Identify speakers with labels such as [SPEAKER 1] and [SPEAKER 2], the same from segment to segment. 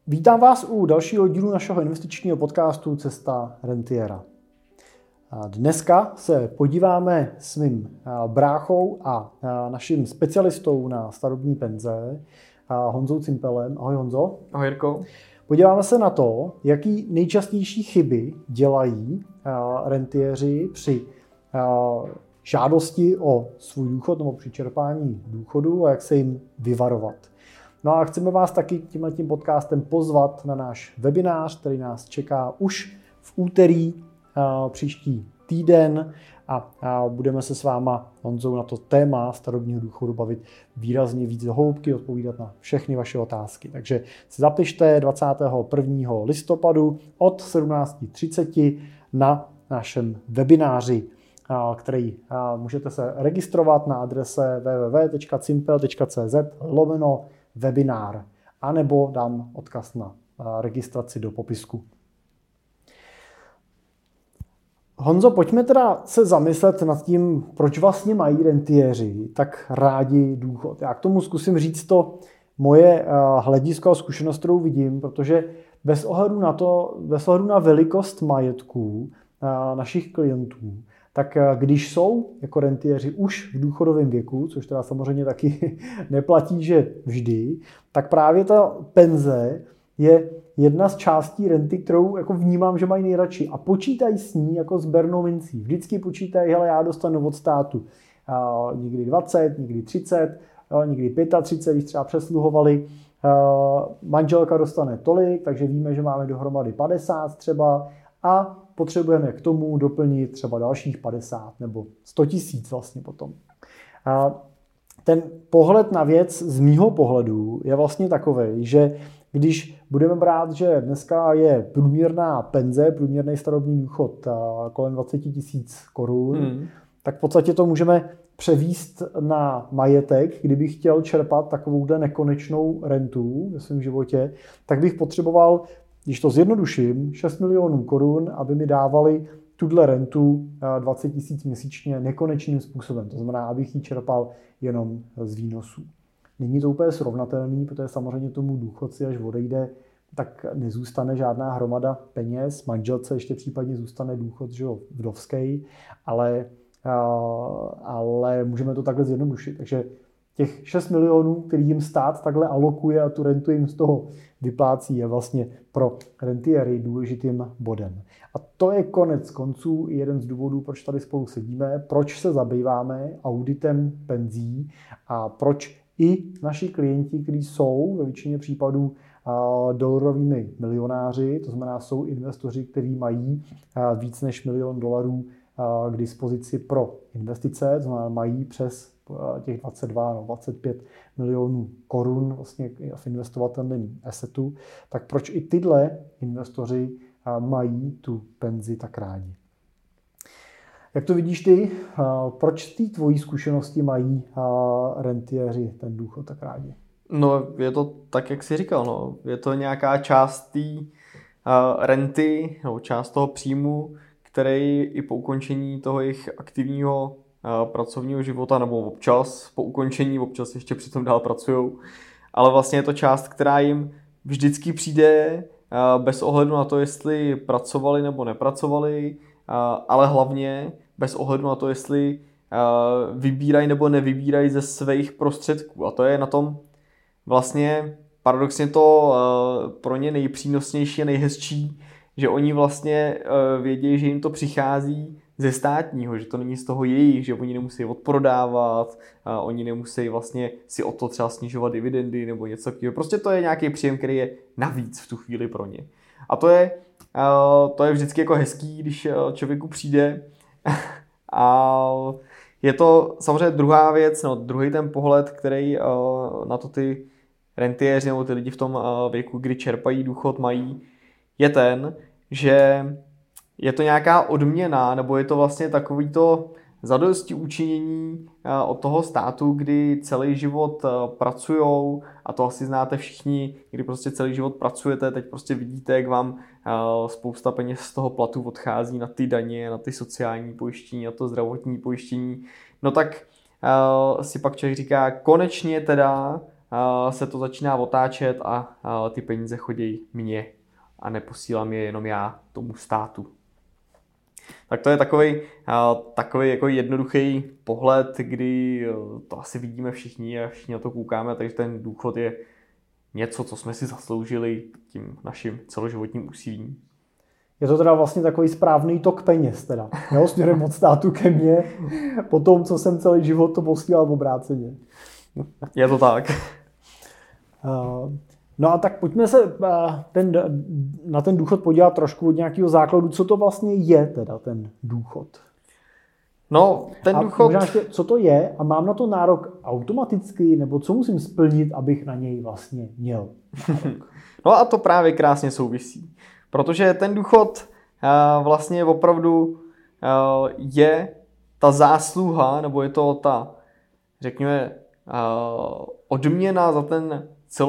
[SPEAKER 1] Vítám vás u dalšího dílu našeho investičního podcastu Cesta rentiera. Dneska se podíváme s mým bráchou a naším specialistou na starobní penze, Honzou Cimpelem. Ahoj Honzo.
[SPEAKER 2] Ahoj Jirko.
[SPEAKER 1] Podíváme se na to, jaký nejčastější chyby dělají rentiéři při žádosti o svůj důchod nebo při čerpání důchodu a jak se jim vyvarovat. No a chceme vás taky tímhletím podcastem pozvat na náš webinář, který nás čeká už v úterý příští týden a budeme se s váma, Honzou, na to téma starobního důchodu bavit výrazně víc do hloubky, odpovídat na všechny vaše otázky. Takže si zapište 21. listopadu od 17:30 na našem webináři, který můžete se registrovat na adrese www.cimpel.cz/webinar, anebo dám odkaz na registraci do popisku. Honzo, pojďme teda se zamyslet nad tím, proč vlastně mají rentiéři tak rádi důchod. Já k tomu zkusím říct to moje hledisko a zkušenost, kterou vidím, protože bez ohledu na velikost majetků našich klientů, tak když jsou jako rentiéři už v důchodovém věku, což teda samozřejmě taky neplatí, že vždy, tak právě ta penze je jedna z částí renty, kterou jako vnímám, že mají nejradši a počítají s ní jako s bernou mincí. Vždycky počítají, hele, já dostanu od státu někdy 20, někdy 30, někdy 35, když třeba přesluhovali. Manželka dostane tolik, takže víme, že máme dohromady 50 třeba a potřebujeme k tomu doplnit třeba dalších 50 nebo 100 000 vlastně potom. Ten pohled na věc z mýho pohledu je vlastně takovej, že když budeme brát, že dneska je průměrná penze, průměrný starobní důchod kolem 20 000 korun, tak v podstatě to můžeme převést na majetek. Kdybych chtěl čerpat takovouhle nekonečnou rentu ve svém životě, tak bych potřeboval, když to zjednoduším, 6 milionů korun, aby mi dávali tuhle rentu 20 000 měsíčně nekonečným způsobem. To znamená, abych ji čerpal jenom z výnosů. Není to úplně srovnatelný, protože samozřejmě tomu důchodci, až odejde, tak nezůstane žádná hromada peněz. Manželce ještě případně zůstane důchod, že jo, vdovský, ale můžeme to takhle zjednodušit. Takže těch 6 milionů, který jim stát takhle alokuje a tu rentu jim z toho vyplácí, je vlastně pro rentiéry důležitým bodem. A to je konec konců jeden z důvodů, proč tady spolu sedíme, proč se zabýváme auditem penzí a proč i naši klienti, kteří jsou ve většině případů dolarovými milionáři, to znamená jsou investoři, kteří mají víc než $1 milion k dispozici pro investice, to znamená mají přes těch 22 nebo 25 milionů korun vlastně v investovatelném assetu, tak proč i tyhle investoři mají tu penzi tak rádi? Jak to vidíš ty? Proč z té tvojí zkušenosti mají rentiéři ten důchod tak rádi?
[SPEAKER 2] No, je to tak, jak jsi říkal. No. Je to nějaká část té renty, nebo část toho příjmu, který i po ukončení toho jejich aktivního pracovního života, nebo občas po ukončení, občas ještě přitom dál pracujou. Ale vlastně je to část, která jim vždycky přijde bez ohledu na to, jestli pracovali nebo nepracovali, ale hlavně bez ohledu na to, jestli vybírají nebo nevybírají ze svých prostředků. A to je na tom vlastně paradoxně to pro ně nejpřínosnější a nejhezčí, že oni vlastně vědí, že jim to přichází ze státního, že to není z toho jejich, že oni nemusí odprodávat, oni nemusí vlastně si o to třeba snižovat dividendy nebo něco takového. Prostě to je nějaký příjem, který je navíc v tu chvíli pro ně. A to je vždycky jako hezký, když člověku přijde. A je to samozřejmě druhá věc, no, druhý ten pohled, který na to ty rentiéři nebo ty lidi v tom věku, kdy čerpají důchod, mají, je ten, že je to nějaká odměna, nebo je to vlastně takový to zadosti učinění od toho státu, kdy celý život pracujou, a to asi znáte všichni, kdy prostě celý život pracujete, teď prostě vidíte, jak vám spousta peněz z toho platu odchází na ty daně, na ty sociální pojištění, na to zdravotní pojištění. No tak si pak člověk říká, konečně teda se to začíná otáčet a ty peníze chodí mně a neposílám je jenom já tomu státu. Tak to je takový jako jednoduchý pohled, kdy to asi vidíme všichni a všichni na to koukáme, takže ten důchod je něco, co jsme si zasloužili tím naším celoživotním úsilím.
[SPEAKER 1] Je to teda vlastně takový správný tok peněz teda, jo, směrem od státu ke mně, po tom, co jsem celý život to posílal v obráceně.
[SPEAKER 2] Je to tak.
[SPEAKER 1] No a tak pojďme se na ten důchod podívat trošku od nějakého základu, co to vlastně je teda ten důchod.
[SPEAKER 2] No, ten důchod...
[SPEAKER 1] Možná ještě, co to je a mám na to nárok automaticky, nebo co musím splnit, abych na něj vlastně měl nárok?
[SPEAKER 2] No a to právě krásně souvisí. Protože ten důchod vlastně opravdu je ta zásluha, nebo je to ta, řekněme, odměna za ten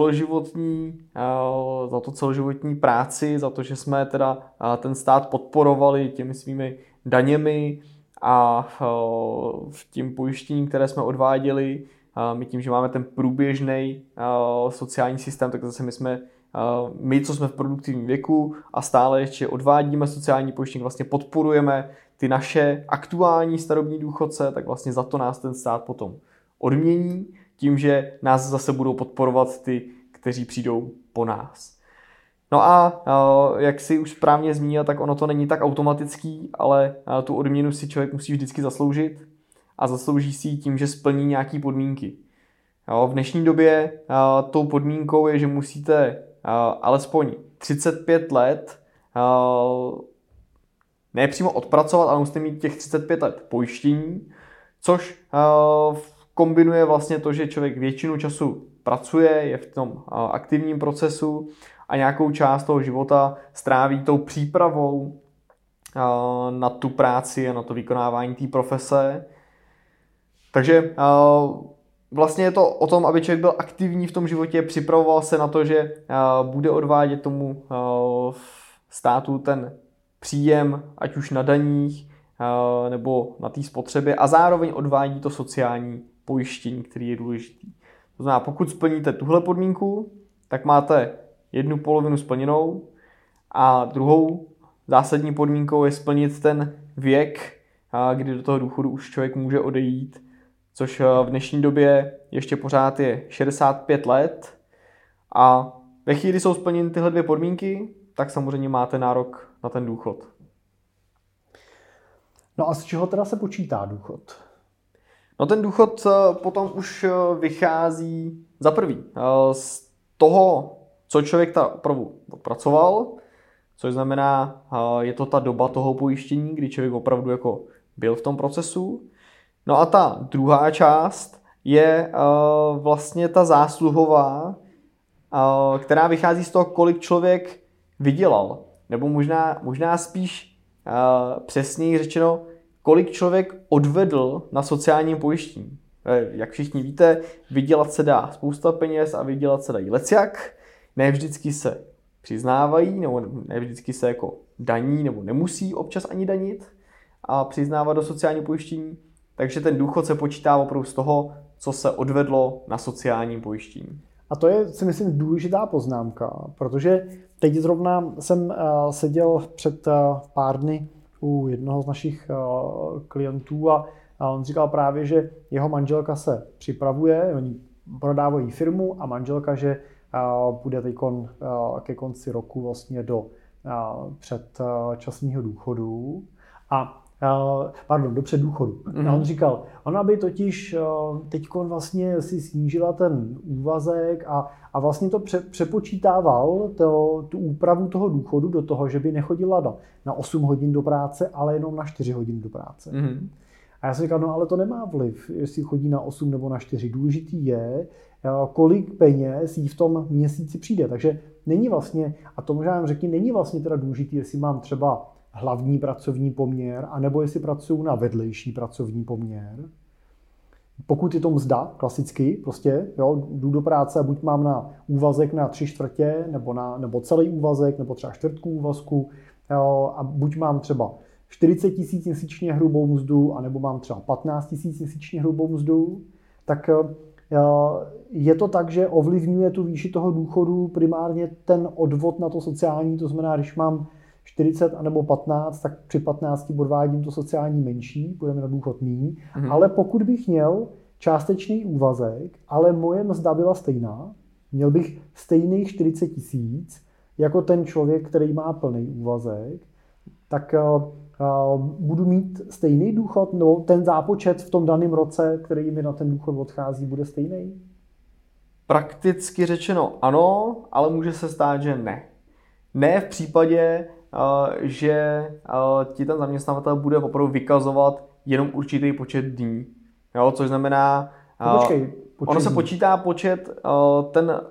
[SPEAKER 2] za to celoživotní práci, za to, že jsme teda ten stát podporovali těmi svými daněmi a tím pojištěním, které jsme odváděli. My tím, že máme ten průběžný sociální systém, tak zase my, co jsme v produktivním věku a stále ještě odvádíme sociální pojištění, vlastně podporujeme ty naše aktuální starobní důchodce, tak vlastně za to nás ten stát potom odmění, tím, že nás zase budou podporovat ty, kteří přijdou po nás. No a jak si už správně zmínil, tak ono to není tak automatický, ale tu odměnu si člověk musí vždycky zasloužit a zaslouží si ji tím, že splní nějaké podmínky. V dnešní době tou podmínkou je, že musíte alespoň 35 let ne přímo odpracovat, ale musíte mít těch 35 let pojištění, což kombinuje vlastně to, že člověk většinu času pracuje, je v tom aktivním procesu a nějakou část toho života stráví tou přípravou na tu práci a na to vykonávání té profese. Takže vlastně je to o tom, aby člověk byl aktivní v tom životě, připravoval se na to, že bude odvádět tomu státu ten příjem, ať už na daních nebo na té spotřebě a zároveň odvádí to sociální pojištění, který je důležitý. To znamená, pokud splníte tuhle podmínku, tak máte jednu polovinu splněnou a druhou zásadní podmínkou je splnit ten věk, kdy do toho důchodu už člověk může odejít, což v dnešní době ještě pořád je 65 let a ve chvíli jsou splněny tyhle dvě podmínky, tak samozřejmě máte nárok na ten důchod.
[SPEAKER 1] No a z čeho teda se počítá důchod?
[SPEAKER 2] No ten důchod potom už vychází za prvý z toho, co člověk opravdu odpracoval, což znamená, je to ta doba toho pojištění, kdy člověk opravdu jako byl v tom procesu. No a ta druhá část je vlastně ta zásluhová, která vychází z toho, kolik člověk vydělal. Nebo možná spíš přesněji řečeno, kolik člověk odvedl na sociálním pojištění. Jak všichni víte, vydělat se dá spousta peněz a vydělat se dají lecjak. Ne vždycky se přiznávají, nebo ne vždycky se jako daní, nebo nemusí občas ani danit a přiznávat do sociálního pojištění. Takže ten důchod se počítá opravdu z toho, co se odvedlo na sociálním pojištění.
[SPEAKER 1] A to je, si myslím, důležitá poznámka, protože teď zrovna jsem seděl před pár dny u jednoho z našich klientů a on říkal právě, že jeho manželka se připravuje, oni prodávají firmu a manželka, že bude teď ke konci roku vlastně do předčasného důchodu do předdůchodu. A on říkal, ona by totiž teďkon vlastně si snížila ten úvazek a vlastně to přepočítával tu úpravu toho důchodu do toho, že by nechodila na 8 hodin do práce, ale jenom na 4 hodiny do práce. Mm-hmm. A já jsem říkal, no ale to nemá vliv, jestli chodí na 8 nebo na 4. Důležitý je, kolik peněz jí v tom měsíci přijde. Takže není vlastně, a to možná řekni, není vlastně teda důležitý, jestli mám třeba hlavní pracovní poměr, anebo jestli pracuju na vedlejší pracovní poměr. Pokud je to mzda, klasicky, prostě, jo, jdu do práce a buď mám na úvazek na 3/4, nebo celý úvazek, nebo třeba čtvrtku úvazku, jo, a buď mám třeba 40 000 měsíčně hrubou mzdu, anebo mám třeba 15 000 měsíčně hrubou mzdu, tak Je to tak, že ovlivňuje tu výši toho důchodu primárně ten odvod na to sociální, to znamená, když mám 40 anebo 15, tak při 15 odvádím to sociální menší, budeme na důchod míň, ale pokud bych měl částečný úvazek, ale moje mzda byla stejná, měl bych stejných 40 000 jako ten člověk, který má plný úvazek, tak budu mít stejný důchod, nebo ten zápočet v tom daném roce, který mi na ten důchod odchází, bude stejný?
[SPEAKER 2] Prakticky řečeno ano, ale může se stát, že ne. Ne v případě, že ti ten zaměstnavatel bude opravdu vykazovat jenom určitý počet dní. Jo, což znamená, ono se počítá ten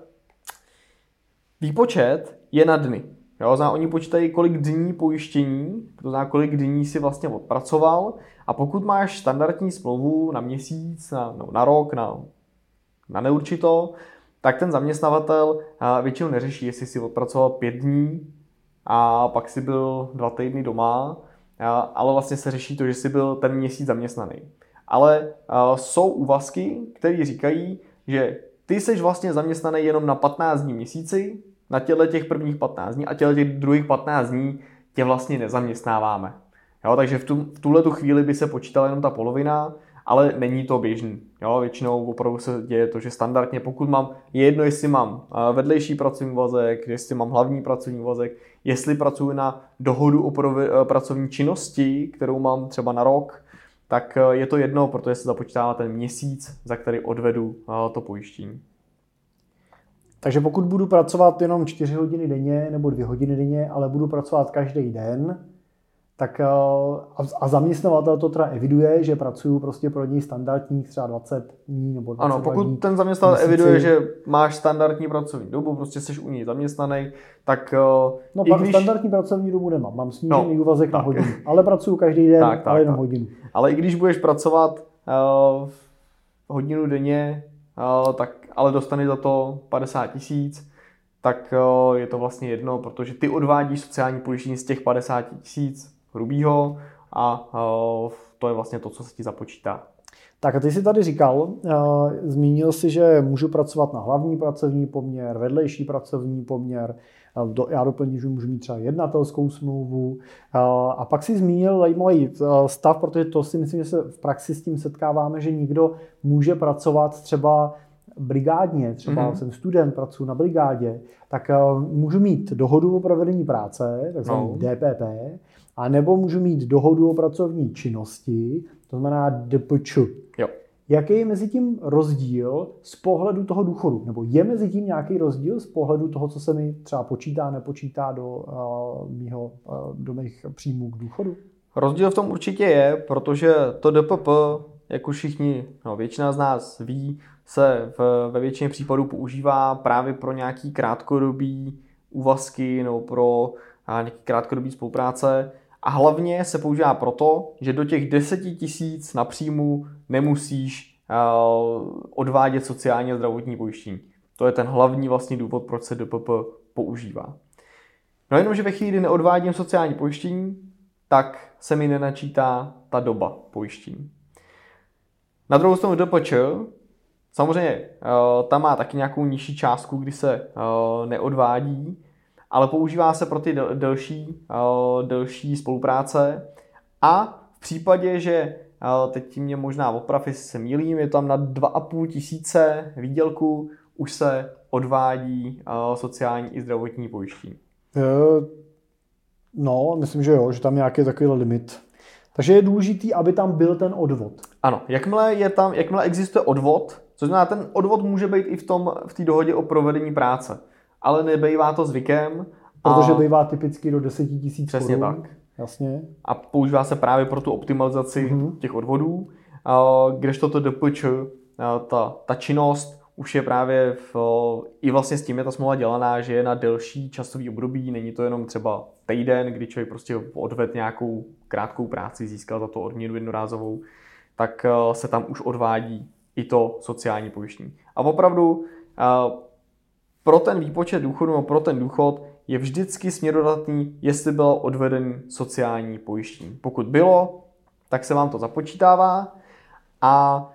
[SPEAKER 2] výpočet je na dny. Jo, oni počítají, kolik dní pojištění, to znamená, kolik dní si vlastně odpracoval, a pokud máš standardní smlouvu na měsíc, na rok, na neurčito, tak ten zaměstnavatel většinou neřeší, jestli si odpracoval 5 dní a pak si byl 2 týdny doma, ale vlastně se řeší to, že si byl ten měsíc zaměstnaný. Ale jsou úvazky, které říkají, že ty jsi vlastně zaměstnaný jenom na 15 dní měsíci, na těch prvních 15 dní a těch druhých 15 dní tě vlastně nezaměstnáváme. Jo, takže v tuhletu chvíli by se počítala jenom ta polovina, ale není to běžný. Jo, většinou opravdu se děje to, že standardně, pokud je jedno, jestli mám vedlejší pracovní úvazek, jestli mám hlavní pracovní úvazek, jestli pracuji na dohodu o pracovní činnosti, kterou mám třeba na rok, tak je to jedno, protože se započítává ten měsíc, za který odvedu to pojištění.
[SPEAKER 1] Takže pokud budu pracovat jenom 4 hodiny denně nebo 2 hodiny denně, ale budu pracovat každý den, tak a zaměstnavatel to teda eviduje, že pracuju prostě pro něj standardních třeba 20 dní nebo 20
[SPEAKER 2] Ano, pokud ten zaměstnavatel eviduje, že máš standardní pracovní dobu, prostě jsi u něj zaměstnaný, tak
[SPEAKER 1] standardní pracovní dobu nemám, mám snížený úvazek na hodinu, ale pracuju každý den, ale jenom hodinu.
[SPEAKER 2] Ale i když budeš pracovat hodinu denně, ale dostaneš za to 50 000, tak je to vlastně jedno, protože ty odvádíš sociální pojištění z těch 50 000 hrubýho a to je vlastně to, co se ti započítá.
[SPEAKER 1] Tak a ty jsi tady říkal, zmínil jsi, že můžu pracovat na hlavní pracovní poměr, vedlejší pracovní poměr, já doplním, že můžu mít třeba jednatelskou smlouvu a pak si zmínil zajímavý stav, protože to si myslím, že se v praxi s tím setkáváme, že někdo může pracovat třeba brigádně, třeba jsem student, pracuji na brigádě, tak můžu mít dohodu o provedení práce, takzvaný DPP, a nebo můžu mít dohodu o pracovní činnosti, to znamená DPČ.
[SPEAKER 2] Jo.
[SPEAKER 1] Jaký je mezi tím rozdíl z pohledu toho důchodu? Nebo je mezi tím nějaký rozdíl z pohledu toho, co se mi třeba počítá, nepočítá do mých příjmů k důchodu?
[SPEAKER 2] Rozdíl v tom určitě je, protože to DPP, jak už všichni, většina z nás ví, se ve většině případů používá právě pro nějaký krátkodobý úvazky nebo pro nějaký krátkodobý spolupráce. A hlavně se používá proto, že do těch 10 000 na příjmu nemusíš odvádět sociální a zdravotní pojištění. To je ten hlavní vlastně důvod, proč se DPP používá. No jenom, že ve chvíli, kdy neodvádím sociální pojištění, tak se mi nenačítá ta doba pojištění. Na druhou stranu DPČ, samozřejmě tam má taky nějakou nižší částku, kdy se neodvádí, ale používá se pro ty delší spolupráce a v případě, že teď mě možná oprav, jestli se mýlím, je tam na 2 500 výdělku, už se odvádí sociální i zdravotní pojištění.
[SPEAKER 1] No, myslím, že jo, že tam nějaký takový limit. Takže je důležitý, aby tam byl ten odvod.
[SPEAKER 2] Ano, jakmile existuje odvod, což znamená, ten odvod může být i v té dohodě o provedení práce, ale nebývá to zvykem.
[SPEAKER 1] Protože bývá typicky do 10 000 korun.
[SPEAKER 2] Přesně tak.
[SPEAKER 1] Jasně.
[SPEAKER 2] A používá se právě pro tu optimalizaci těch odvodů, kdežto to DPČ, ta činnost už je právě i vlastně s tím je ta smlouva dělaná, že je na delší časový období, není to jenom třeba týden, kdy člověk prostě odved nějakou krátkou práci, získal za to odměnu jednorázovou, tak se tam už odvádí i to sociální pojištění. A opravdu pro ten výpočet důchodu nebo pro ten důchod je vždycky směrodatný, jestli bylo odveden sociální pojištění. Pokud bylo, tak se vám to započítává a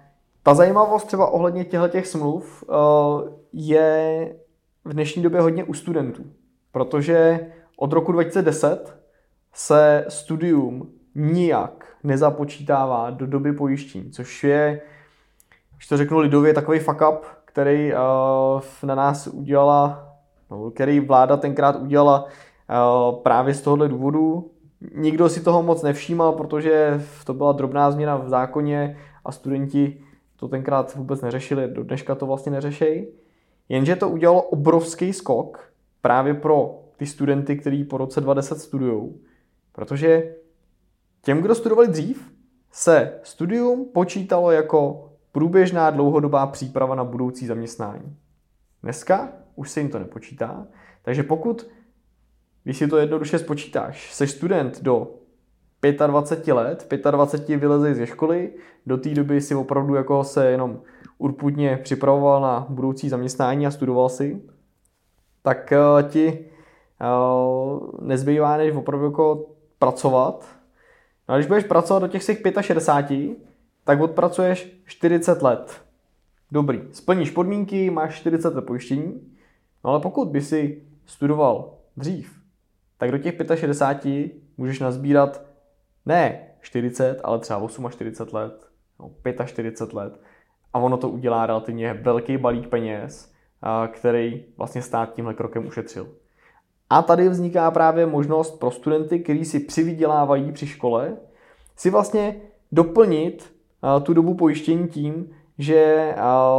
[SPEAKER 2] Ta zajímavost třeba ohledně těch smluv je v dnešní době hodně u studentů, protože od roku 2010 se studium nijak nezapočítává do doby pojištění, což je, když to řeknu lidově, takový fuck up, který na nás udělala, no, který vláda tenkrát udělala právě z tohohle důvodu. Nikdo si toho moc nevšímal, protože to byla drobná změna v zákoně a studenti to tenkrát vůbec neřešili, do dneška to vlastně neřešejí. Jenže to udělalo obrovský skok právě pro ty studenty, kteří po roce 2010 studujou. Protože těm, kdo studovali dřív, se studium počítalo jako průběžná dlouhodobá příprava na budoucí zaměstnání. Dneska už se jim to nepočítá, takže pokud, když si to jednoduše spočítáš, jsi student do 25 let, 25 vylezeš ze školy, do té doby si opravdu jako se jenom urputně připravoval na budoucí zaměstnání a studoval si, tak ti nezbývá než opravdu jako pracovat. No a když budeš pracovat do těch svých 65, tak odpracuješ 40 let. Dobrý, splníš podmínky, máš 40 let pojištění, no ale pokud by si studoval dřív, tak do těch 65 můžeš nazbírat ne 40, ale třeba 48 let, no 45 let. A ono to udělá relativně velký balík peněz, který vlastně stát tímhle krokem ušetřil. A tady vzniká právě možnost pro studenty, kteří si přivydělávají při škole, si vlastně doplnit tu dobu pojištění tím, že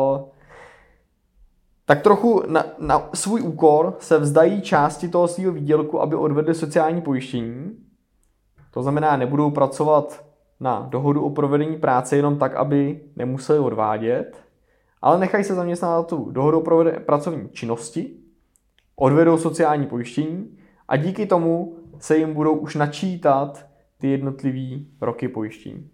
[SPEAKER 2] tak trochu na svůj úkor se vzdají části toho svého výdělku, aby odvedli sociální pojištění. To znamená, nebudou pracovat na dohodu o provedení práce jenom tak, aby nemuseli odvádět, ale nechají se zaměstnat na tu dohodu o provedení pracovní činnosti, odvedou sociální pojištění a díky tomu se jim budou už načítat ty jednotlivý roky pojištění.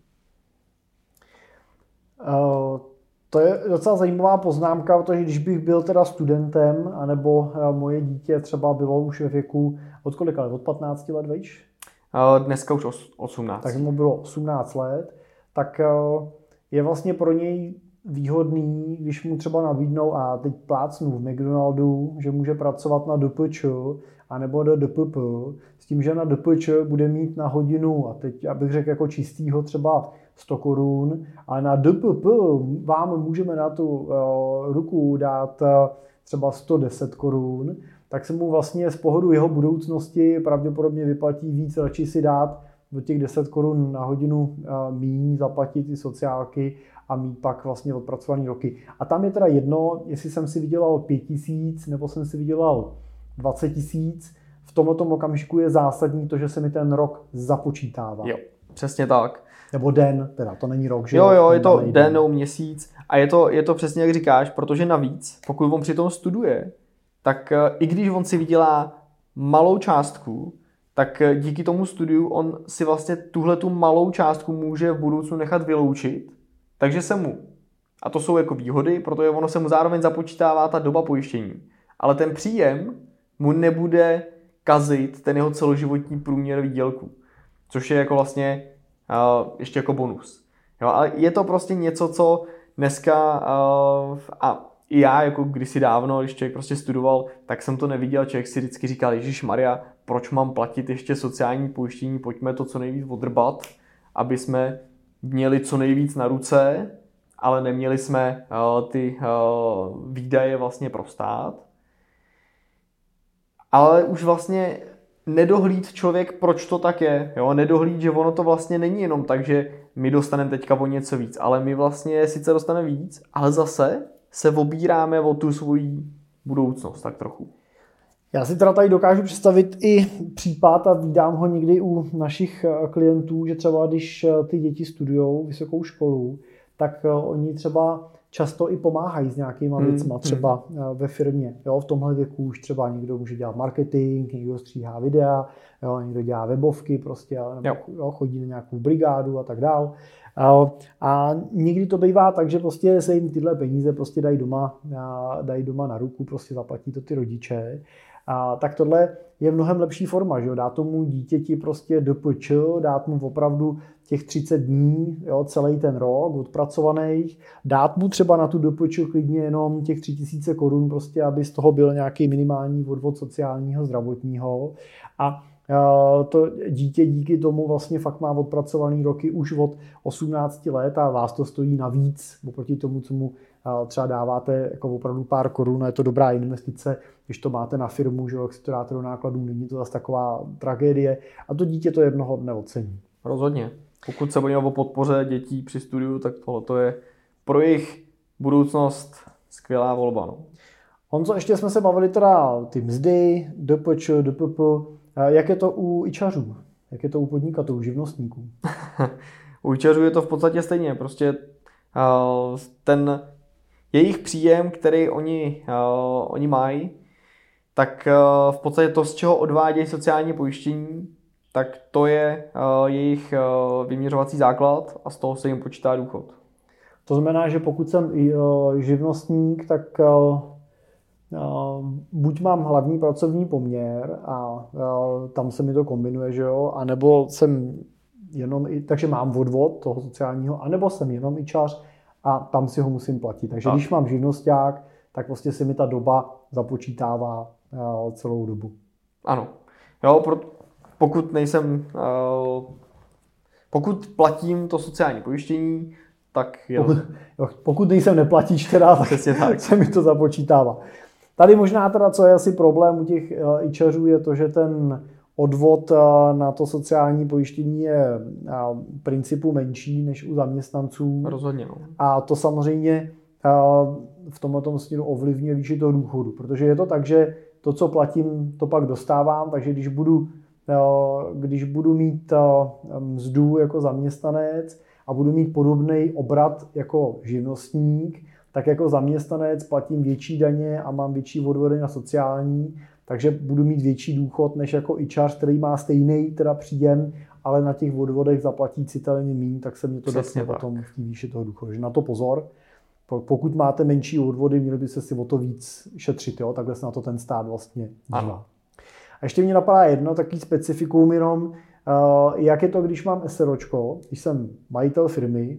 [SPEAKER 1] To je docela zajímavá poznámka, protože když bych byl teda studentem, anebo moje dítě třeba bylo už ve věku od kolika let? Od 15 let, víš?
[SPEAKER 2] Dneska už 18.
[SPEAKER 1] Tak mu bylo 18 let, tak je vlastně pro něj výhodný, když mu třeba nabídnou, a teď plácnu v McDonaldu, že může pracovat na DPČ anebo do DPP, s tím, že na DPČ bude mít na hodinu, a teď abych řekl jako čistýho třeba 100 korun, a na DPP vám můžeme na tu ruku dát třeba 110 korun, tak se mu vlastně z pohledu jeho budoucnosti pravděpodobně vyplatí víc radši si dát do těch 10 korun na hodinu míň, zaplatit ty sociálky a mít pak vlastně odpracovaný roky. A tam je teda jedno, jestli jsem si vydělal 5 000 nebo jsem si vydělal 20 000, v tomto okamžiku je zásadní to, že se mi ten rok započítává.
[SPEAKER 2] Jo, přesně tak.
[SPEAKER 1] Nebo den, teda to není rok, že
[SPEAKER 2] jo, je to den nebo měsíc a je to přesně jak říkáš, protože navíc, pokud on přitom studuje, tak i když on si vydělá malou částku, tak díky tomu studiu on si vlastně tuhletu malou částku může v budoucnu nechat vyloučit, takže se mu, a to jsou jako výhody, protože ono se mu zároveň započítává ta doba pojištění, ale ten příjem mu nebude kazit ten jeho celoživotní průměr výdělku, což je jako vlastně ještě jako bonus. Jo, ale je to prostě něco, co dneska a i já, jako kdysi dávno, když člověk prostě studoval, tak jsem to neviděl, člověk si vždycky říkal, Ježišmarja, proč mám platit ještě sociální pojištění, pojďme to co nejvíc odrbat, aby jsme měli co nejvíc na ruce, ale neměli jsme ty výdaje vlastně pro stát. Ale už vlastně nedohlíd člověk, proč to tak je. Jo? Nedohlíd, že ono to vlastně není jenom tak, že my dostaneme teďka o něco víc, ale my vlastně sice dostaneme víc, ale zase se obíráme o tu svoji budoucnost tak trochu.
[SPEAKER 1] Já si teda tady dokážu představit i případ a vídám ho někdy u našich klientů, že třeba když ty děti studujou vysokou školu, tak oni třeba často i pomáhají s nějakýma věcma, třeba ve firmě. Jo, v tomhle věku už třeba někdo může dělat marketing, někdo stříhá videa, jo, někdo dělá webovky prostě, nebo chodí na nějakou brigádu a tak dál. A někdy to bývá tak, že prostě se jim tyhle peníze prostě dají doma na ruku, prostě zaplatí to ty rodiče. Tak tohle je mnohem lepší forma, že jo? Dát tomu dítěti prostě DPČ, dát mu opravdu těch 30 dní, jo, celý ten rok odpracovaných, dát mu třeba na tu DPČ klidně jenom těch 3000 korun, prostě, aby z toho byl nějaký minimální odvod sociálního, zdravotního a to dítě díky tomu vlastně fakt má odpracovaný roky už od 18 let a vás to stojí navíc oproti tomu, co mu třeba dáváte jako opravdu pár korun a je to dobrá investice, když to máte na firmu, že jak si to dáte do nákladů, není to zase taková tragédie a to dítě to jednoho dne ocení.
[SPEAKER 2] Rozhodně. Pokud se bavíme o podpoře dětí při studiu, tak tohle je pro jejich budoucnost skvělá volba. No.
[SPEAKER 1] Honzo, ještě jsme se bavili teda ty mzdy, DPČ, DPP. Jak je to u ičařů? Jak je to u podnikatelů, živnostníků?
[SPEAKER 2] U ičařů je to v podstatě stejně. Prostě ten jejich příjem, který oni mají, tak v podstatě to, z čeho odvádějí sociální pojištění, tak to je jejich vyměřovací základ a z toho se jim počítá důchod.
[SPEAKER 1] To znamená, že pokud jsem živnostník, tak buď mám hlavní pracovní poměr a tam se mi to kombinuje, že jo, anebo jsem jenom, takže mám odvod toho sociálního, anebo jsem jenom ičař a tam si ho musím platit. Takže když mám živnosťák, tak vlastně se mi ta doba započítává celou dobu.
[SPEAKER 2] Ano. Jo, pokud platím to sociální pojištění, tak
[SPEAKER 1] pokud nejsem neplatíč, teda, tak se mi to započítává. Tady možná teda, co je asi problém u těch ičařů, je to, že ten odvod na to sociální pojištění je v principu menší než u zaměstnanců.
[SPEAKER 2] Rozhodně. No.
[SPEAKER 1] A to samozřejmě v tomto směru ovlivňuje výši toho důchodu, protože je to tak, že to, co platím, to pak dostávám, takže když budu mít mzdu jako zaměstnanec a budu mít podobný obrat jako živnostník, tak jako zaměstnanec platím větší daně a mám větší odvody na sociální, takže budu mít větší důchod než jako ičař, který má stejný teda příjem, ale na těch odvodech zaplatí citelně míň, tak se mě to dotkne potom v té výši toho důchodu. Na to pozor. Pokud máte menší odvody, měli byste si o to víc šetřit, jo? Takhle se na to ten stát vlastně dívá. A ještě mě napadá jedno takový specifikum jenom, jak je to, když mám SROčko, když jsem majitel firmy,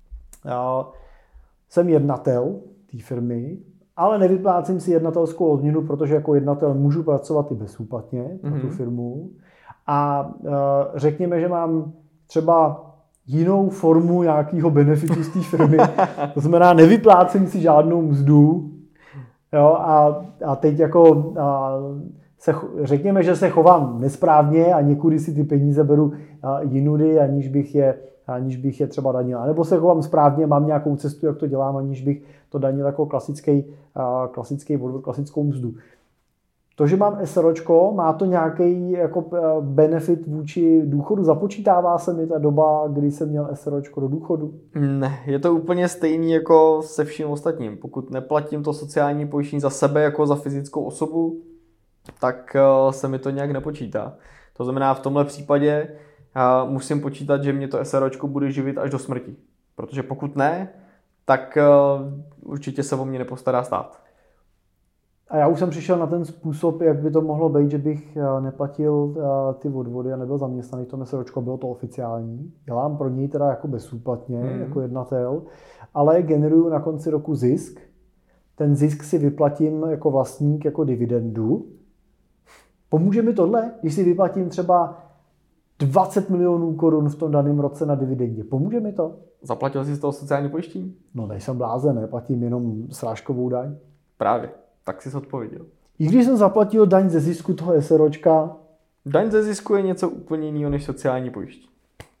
[SPEAKER 1] jsem jednatel té firmy, ale nevyplácím si jednatelskou odměnu, protože jako jednatel můžu pracovat i bezúplatně pro tu firmu. A řekněme, že mám třeba jinou formu nějakého benefitu z té firmy. To znamená, nevyplácím si žádnou mzdu. Jo, a teď jako řekněme, že se chovám nesprávně a někudy si ty peníze beru jinudy, aniž bych je třeba danil. A nebo se chovám správně, mám nějakou cestu, jak to dělám, aniž bych to danil jako klasický odvod, klasickou mzdu. To, že mám SROčko, má to nějaký jako benefit vůči důchodu? Započítává se mi ta doba, kdy jsem měl SROčko do důchodu?
[SPEAKER 2] Ne, je to úplně stejný jako se vším ostatním. Pokud neplatím to sociální pojištění za sebe jako za fyzickou osobu, tak se mi to nějak nepočítá. To znamená, v tomhle případě musím počítat, že mě to SROčko bude živit až do smrti. Protože pokud ne, tak určitě se o mě nepostará stát.
[SPEAKER 1] A já už jsem přišel na ten způsob, jak by to mohlo být, že bych neplatil ty odvody a nebyl zaměstnaný v tom SROčko, bylo to oficiální. Dělám pro něj teda jako bezúplatně, jako jednatel, ale generuju na konci roku zisk. Ten zisk si vyplatím jako vlastník, jako dividendu. Pomůže mi tohle, když si vyplatím třeba 20 milionů korun v tom daném roce na dividendě. Pomůže mi to?
[SPEAKER 2] Zaplatil jsi z toho sociální pojištění?
[SPEAKER 1] No nejsem blázen, neplatím jenom srážkovou daň.
[SPEAKER 2] Právě, tak jsi odpověděl.
[SPEAKER 1] I když jsem zaplatil daň ze zisku toho SROčka?
[SPEAKER 2] Daň ze zisku je něco úplně jiného než sociální pojištění.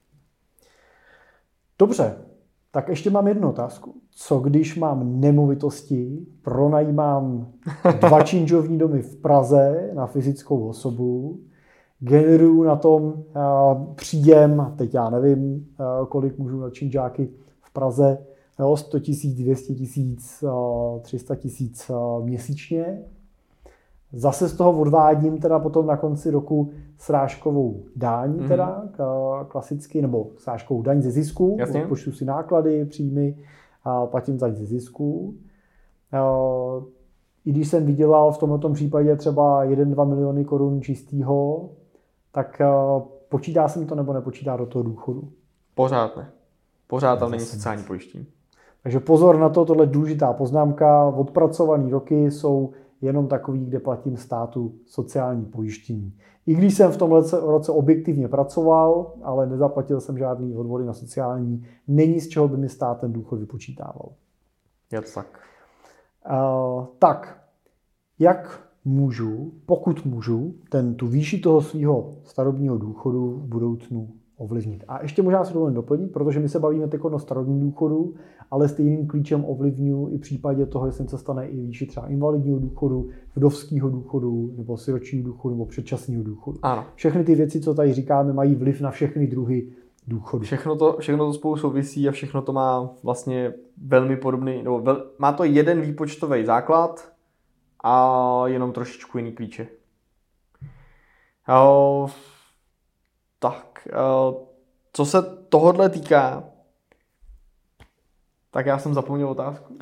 [SPEAKER 1] Dobře, tak ještě mám jednu otázku. Co když mám nemovitosti, pronajímám 2 činžovní domy v Praze na fyzickou osobu, generuju na tom příjem, teď já nevím, kolik můžu na činžáky v Praze, 100 000, 200 000, 300 000 měsíčně. Zase z toho odvádím teda potom na konci roku srážkovou daň, teda klasicky, nebo srážkovou daň ze zisku, odpočtu si náklady, příjmy, platím daň ze zisku. i když jsem vydělal v tomto případě třeba 1-2 miliony korun čistýho, tak počítá se mi to nebo nepočítá do toho důchodu?
[SPEAKER 2] Pořád ne. Pořád tam není sociální pojištění.
[SPEAKER 1] Takže pozor na to, tohle je důležitá poznámka. Odpracované roky jsou jenom takový, kde platím státu sociální pojištění. I když jsem v tomhle roce objektivně pracoval, ale nezaplatil jsem žádný odvody na sociální, není z čeho by mi stát ten důchod vypočítával.
[SPEAKER 2] Je to tak.
[SPEAKER 1] Tak, jak můžu, pokud můžu, tu výši toho svého starobního důchodu v budoucnu ovlivnit. A ještě možná si dovolím doplnit, protože my se bavíme teď o starobním důchodu, ale stejným klíčem ovlivňuji i v případě toho, jestli se stane i výši třeba invalidního důchodu, vdovského důchodu, nebo siročního důchodu, nebo předčasného důchodu.
[SPEAKER 2] Ano.
[SPEAKER 1] Všechny ty věci, co tady říkáme, mají vliv na všechny druhy důchodu.
[SPEAKER 2] Všechno to spolu souvisí a všechno to má vlastně velmi podobný, má to jeden výpočtový základ a jenom trošičku jiný klíče. Co se tohodle týká, tak já jsem zapomněl otázku.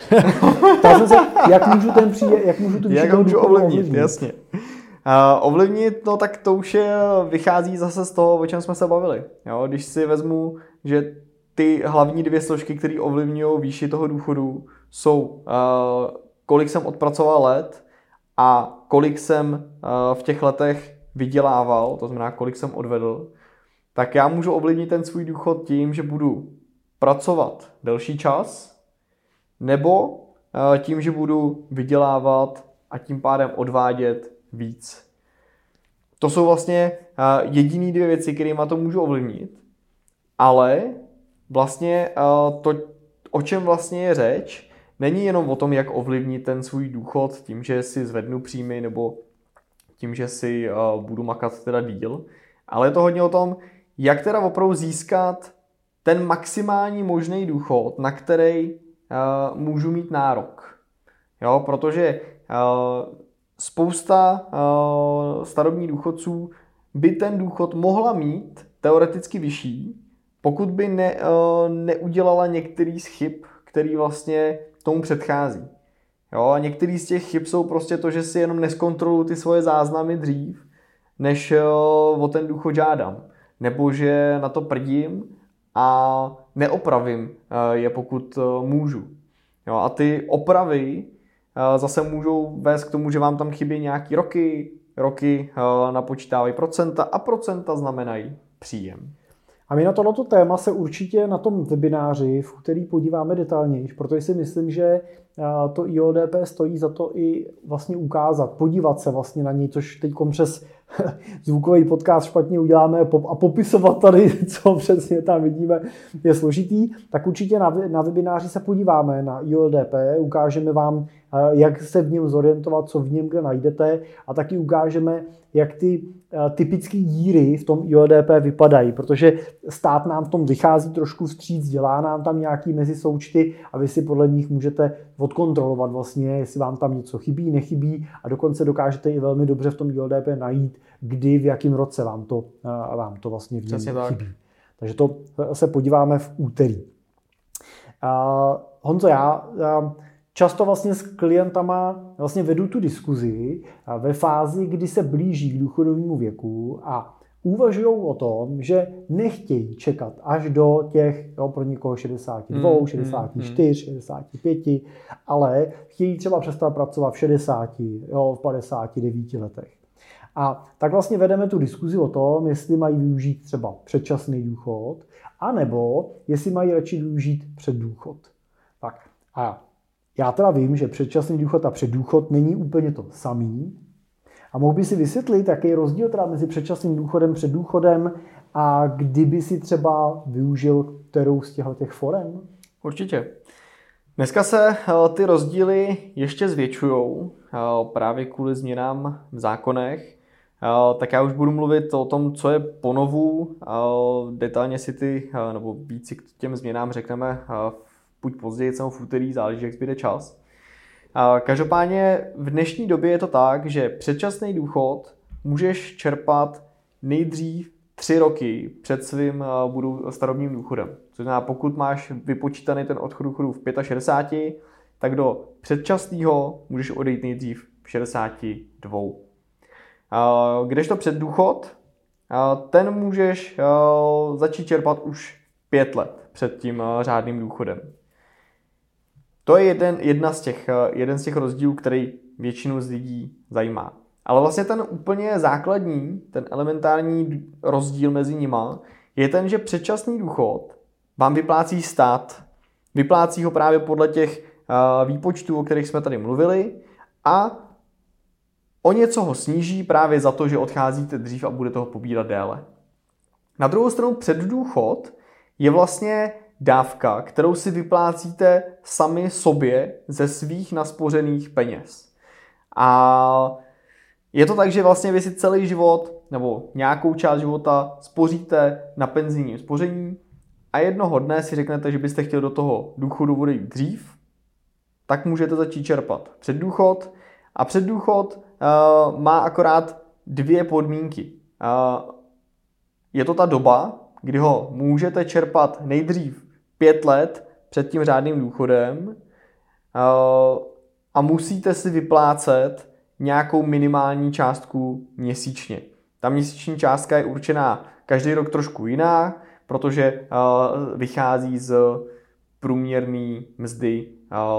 [SPEAKER 1] Jak můžu tu výši toho důchodu ovlivnit?
[SPEAKER 2] Jasně. Ovlivnit, no tak to už vychází zase z toho, o čem jsme se bavili. Jo, když si vezmu, že ty hlavní dvě složky, které ovlivňují výši toho důchodu, jsou kolik jsem odpracoval let a kolik jsem v těch letech vydělával, to znamená, kolik jsem odvedl, tak já můžu ovlivnit ten svůj důchod tím, že budu pracovat delší čas, nebo tím, že budu vydělávat a tím pádem odvádět víc. To jsou vlastně jediné dvě věci, kterými to můžu ovlivnit, ale vlastně to, o čem vlastně je řeč, není jenom o tom, jak ovlivnit ten svůj důchod tím, že si zvednu příjmy nebo tím, že si budu makat teda díl, ale je to hodně o tom, jak teda opravdu získat ten maximální možný důchod, na který můžu mít nárok. Jo, protože spousta starobních důchodců by ten důchod mohla mít teoreticky vyšší, pokud by neudělala některý z chyb, který vlastně tomu předchází. Jo, a některý z těch chyb jsou prostě to, že si jenom neskontroluji ty svoje záznamy dřív, než o ten důchod žádám. Nebo že na to prdím a neopravím je, pokud můžu. Jo, a ty opravy zase můžou vést k tomu, že vám tam chybí nějaký roky napočítávají procenta a procenta znamenají příjem.
[SPEAKER 1] A my na tohleto téma se určitě na tom webináři v úterý podíváme detailněji, protože si myslím, že to IODP stojí za to i vlastně ukázat, podívat se vlastně na něj, což teď přes zvukový podcast špatně uděláme a popisovat tady, co přesně tam vidíme, je složitý, tak určitě na webináři se podíváme na IODP, ukážeme vám, jak se v něm zorientovat, co v něm kde najdete a taky ukážeme, jak ty typické díry v tom IODP vypadají, protože stát nám v tom vychází trošku vstříc, dělá nám tam nějaký mezisoučty a vy si podle nich můžete odkontrolovat vlastně, jestli vám tam něco chybí, nechybí a dokonce dokážete i velmi dobře v tom IODP najít, kdy, v jakém roce vám to vlastně v něm chybí. Takže to se podíváme v úterý. Honzo, já často vlastně s klientama vlastně vedu tu diskuzi ve fázi, kdy se blíží k důchodovému věku a uvažují o tom, že nechtějí čekat až do těch, pro někoho 62, 64, 65, ale chtějí třeba přestat pracovat v 60, v 59 letech. A tak vlastně vedeme tu diskuzi o tom, jestli mají využít třeba předčasný důchod, anebo jestli mají radši využít předdůchod. Tak a já teda vím, že předčasný důchod a předdůchod není úplně to samý. A mohl by si vysvětlit, jaký je rozdíl teda mezi předčasným důchodem, předdůchodem a kdyby si třeba využil kterou z těch forem?
[SPEAKER 2] Určitě. Dneska se ty rozdíly ještě zvětšujou právě kvůli změnám v zákonech. Tak já už budu mluvit o tom, co je ponovu. Detailně si nebo víc si k těm změnám řekneme buď později, nebo v úterý, záleží, jak zbyde čas. Každopádně v dnešní době je to tak, že předčasný důchod můžeš čerpat nejdřív 3 roky před svým starobním důchodem. Což znamená, pokud máš vypočítaný ten odchod důchodu v 65, tak do předčasného můžeš odejít nejdřív v 62. Kdežto předdůchod, ten můžeš začít čerpat už 5 let před tím řádným důchodem. To je jeden z těch rozdílů, který většinu z lidí zajímá. Ale vlastně ten úplně základní, ten elementární rozdíl mezi nima je ten, že předčasný důchod vám vyplácí stát. Vyplácí ho právě podle těch výpočtů, o kterých jsme tady mluvili, a o něco ho sníží právě za to, že odcházíte dřív a budete ho pobírat déle. Na druhou stranu předdůchod je vlastně dávka, kterou si vyplácíte sami sobě ze svých naspořených peněz. A je to tak, že vlastně vy si celý život nebo nějakou část života spoříte na penzijním spoření a jednoho dne si řeknete, že byste chtěli do toho důchodu odejít dřív, tak můžete začít čerpat předdůchod. A předdůchod má akorát 2 podmínky. Je to ta doba, kdy ho můžete čerpat nejdřív 5 let před tím řádným důchodem a musíte si vyplácet nějakou minimální částku měsíčně. Ta měsíční částka je určená každý rok trošku jiná, protože vychází z průměrné mzdy,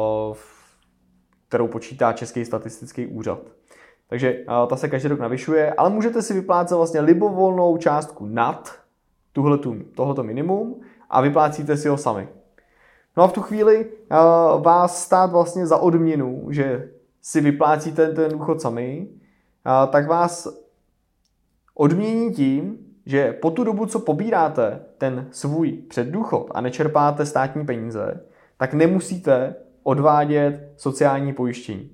[SPEAKER 2] kterou počítá Český statistický úřad. Takže ta se každý rok navyšuje, ale můžete si vyplácet vlastně libovolnou částku nad tohleto minimum a vyplácíte si ho sami. No a v tu chvíli vás stát vlastně za odměnu, že si vyplácíte ten důchod sami, tak vás odmění tím, že po tu dobu, co pobíráte ten svůj předdůchod a nečerpáte státní peníze, tak nemusíte odvádět sociální pojištění.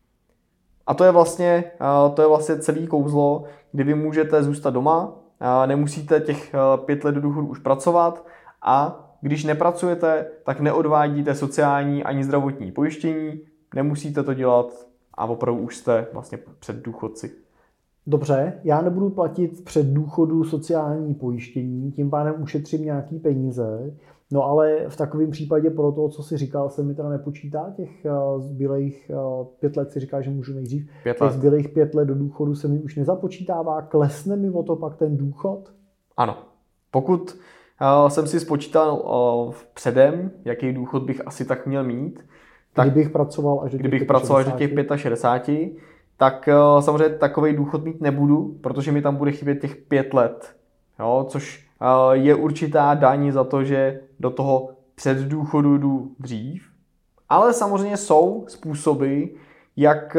[SPEAKER 2] A to je vlastně celý kouzlo, kdy vy můžete zůstat doma, nemusíte těch 5 let do důchodu už pracovat a když nepracujete, tak neodvádíte sociální ani zdravotní pojištění, nemusíte to dělat a opravdu už jste vlastně předdůchodci.
[SPEAKER 1] Dobře, já nebudu platit před důchodu sociální pojištění, tím pádem ušetřím nějaký peníze, no ale v takovém případě pro toho, co jsi říkal, se mi teda nepočítá těch zbylých 5 let, si říká, že můžu nejdřív, těch zbylých 5 let do důchodu se mi už nezapočítává, klesne mi o to pak ten důchod?
[SPEAKER 2] Ano, pokud jsem si spočítal předem, jaký důchod bych asi tak měl mít, tak
[SPEAKER 1] kdybych pracoval až do těch
[SPEAKER 2] 65, tak samozřejmě takový důchod mít nebudu, protože mi tam bude chybět těch 5 let. Jo, což je určitá daň za to, že do toho předdůchodu jdu dřív. Ale samozřejmě jsou způsoby, jak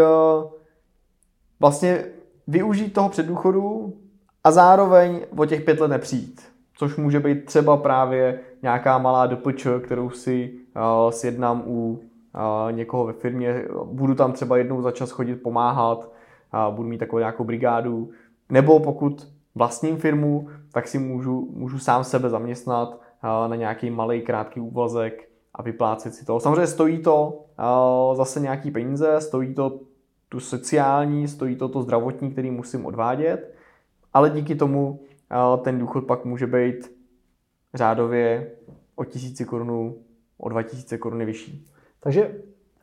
[SPEAKER 2] vlastně využít toho předdůchodu a zároveň o těch 5 let nepřijít. Což může být třeba právě nějaká malá DPČ, kterou si sjednám u někoho ve firmě, budu tam třeba jednou za čas chodit pomáhat, budu mít takovou nějakou brigádu, nebo pokud vlastním firmu, tak si můžu sám sebe zaměstnat na nějaký malý krátký úvazek a vyplácet si to. Samozřejmě stojí to zase nějaký peníze, stojí to tu sociální, stojí to zdravotní, který musím odvádět, ale díky tomu ten důchod pak může být řádově o 1000 korun, o 2000 koruny vyšší.
[SPEAKER 1] Takže